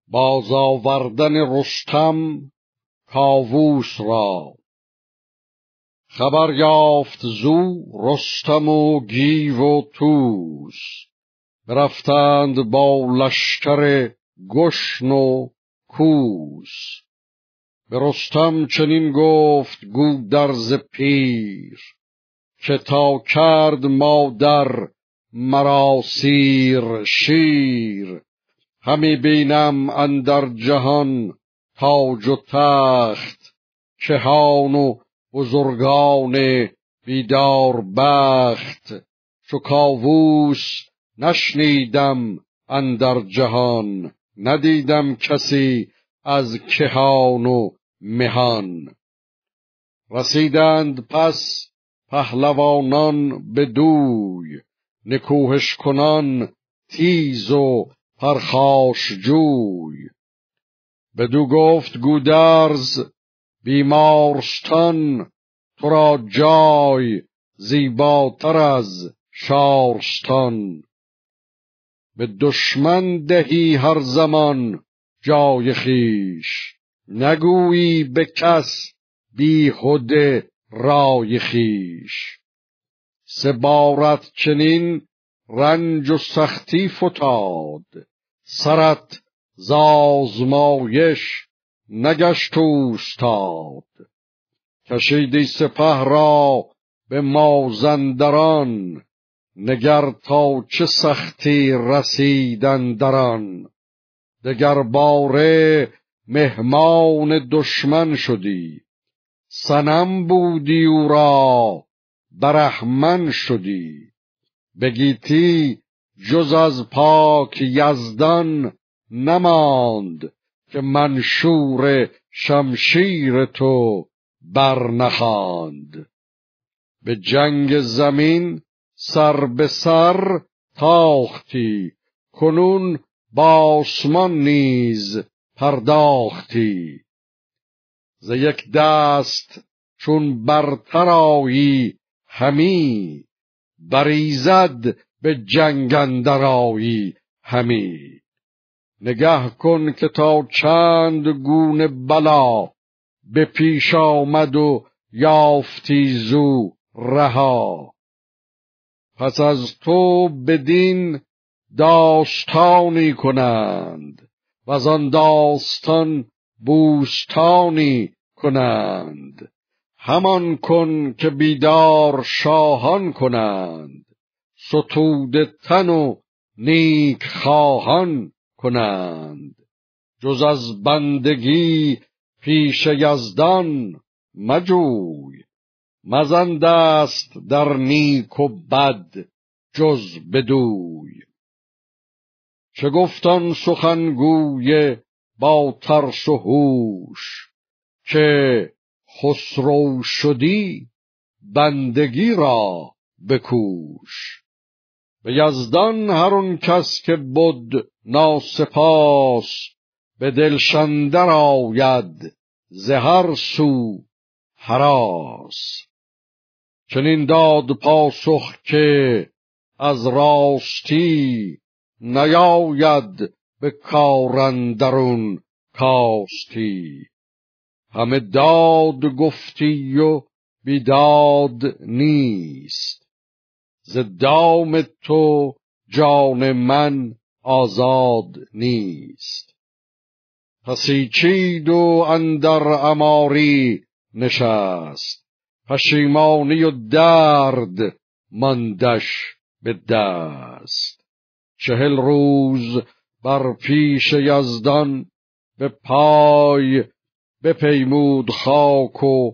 بازآوردن رستم کاووس را. خبر یافت زو رستم و گیو و طوس، برفتند با لشکر گشن و کوس. به رستم چنین گفت گودرز پیر، که تا کرد مادر مرا سیر شیر. همی بینم اندر جهان تاج و تخت، کهان و بزرگان بیدار بخت. چو کاووس نشنیدم اندر جهان، ندیدم کسی از کهان و مهان. رسیدند پس پهلوانان بدوی، نکوهش کنان تیز و پرخاشجوی. بدو گفت گودرز بیمارستان، تو را جای زیباتر از شارستان. به دشمن دهی هر زمان جای خویش، نگویی به کس بیهده رای خویش. سه بارت چنین رنج و سختی فتاد، سرت ز آزمایش نگشت اوستاد. کشیدی سپه را به مازندران، نگر تا چه سختی رسید اندران. دگر باره مهمان دشمن شدی، صنم بودی او را برهمن شدی. به گیتی جز از پاک یزدان نماند، که منشور شمشیر تو برنخواند. به جنگ زمین سر به سر تاختی، کنون با آسمان نیز پرداختی. ز یک دست چون برتر آیی همی، بر ایزد به جنگ اندر آیی همی. نگه کن که تا چند گونه بلا، به پیش آمد و یافتی زو رها. پس از تو بدین داستانی کنند، وز آن داستان بوستانی کنند. همان کن که بیدار شاهان کنند، ستوده تن و نیک خواهان کنند. جز از بندگی پیش یزدان مجوی، مزن دست در نیک و بد جز بدوی. چه گفتان سخنگوی با ترس و هوش، که خسرو شدی بندگی را بکوش. به یزدان هر آن کس که بد ناسپاس، به دلشندر آید ز هر سو هراس. چنین داد پاسخ که از راستی، نیاید به کار اندرون کاستی. همه داد گفتی و بیداد نیست، ز دام تو جان من آزاد نیست. پسیچید و اندر عماری نشست، پشیمانی و درد ماندش به دست. 40 روز بر پیش یزدان به پای، بپیمود خاک و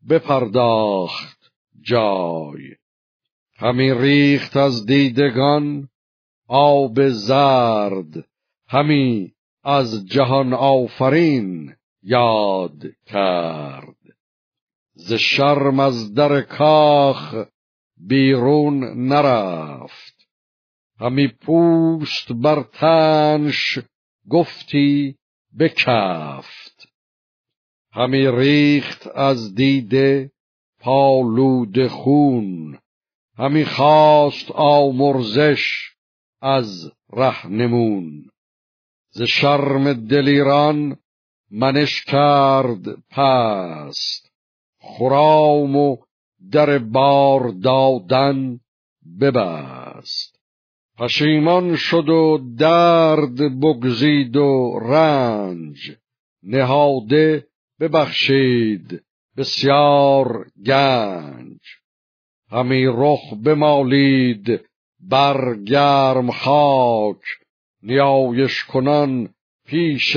بپرداخت جای. همی ریخت از دیدگان آب زرد، همی از جهان آفرین یاد کرد. ز شرم از در کاخ بیرون نرفت، همی پوست بر تنش گفتی بکفت. همی ریخت از دیده پالود خون، همی خواست آمرزش از رهنمون. ز ز شرم دلیران منش کرد پست، خرام و در بار دادن ببست. پشیمان شد و درد بگزید و رنج، نهاده ببخشید بسیار گنج. همی رخ بمالید بر گرم خاک، نیایش کنان پیش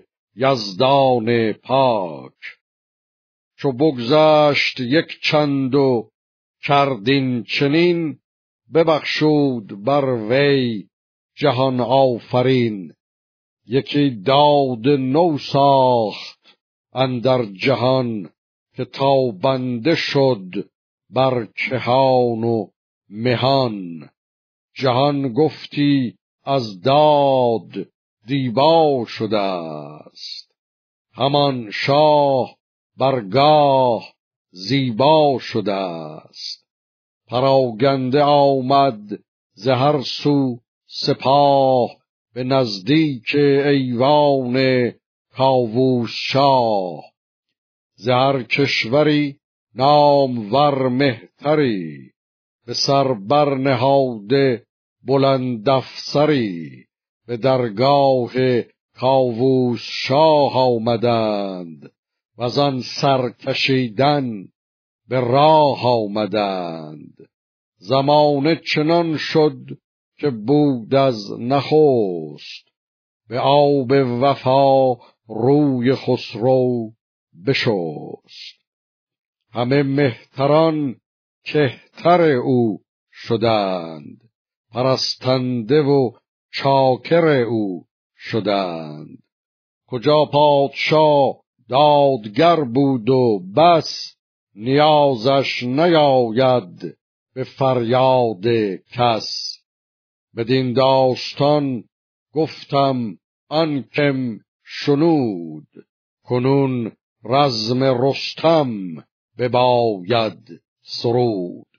یزدان پاک. چو بگذشت یک چند و کردین چنین، ببخشود بر وی جهان آفرین. یکی داد نو ساخت اندر جهان، که تابنده شد بر کهان و مهان. جهان گفتی از داد دیبا شده است، همان شاه برگاه زیبا شده است. پراگنده آمد ز هر سو سپاه، به نزدیک ایوان کاووس شاه. ز هر کشوری نامور مهتری، به سر برنهاده بلند افسری. به درگاه کاووس شاه آمدند، وزان سر کشیدن به راه آمدند. زمانه چنان شد که بود از نخست، به آب وفا روی خسرو بشست. همه مهتران کهتر او شدند، پرستنده و چاکر او شدند. کجا پادشاه دادگر بود و بس، نیازش نیاید به فریاد کس. بدین داستان گفتم آنکم شنود، کنون رزم رستم بباید سرود.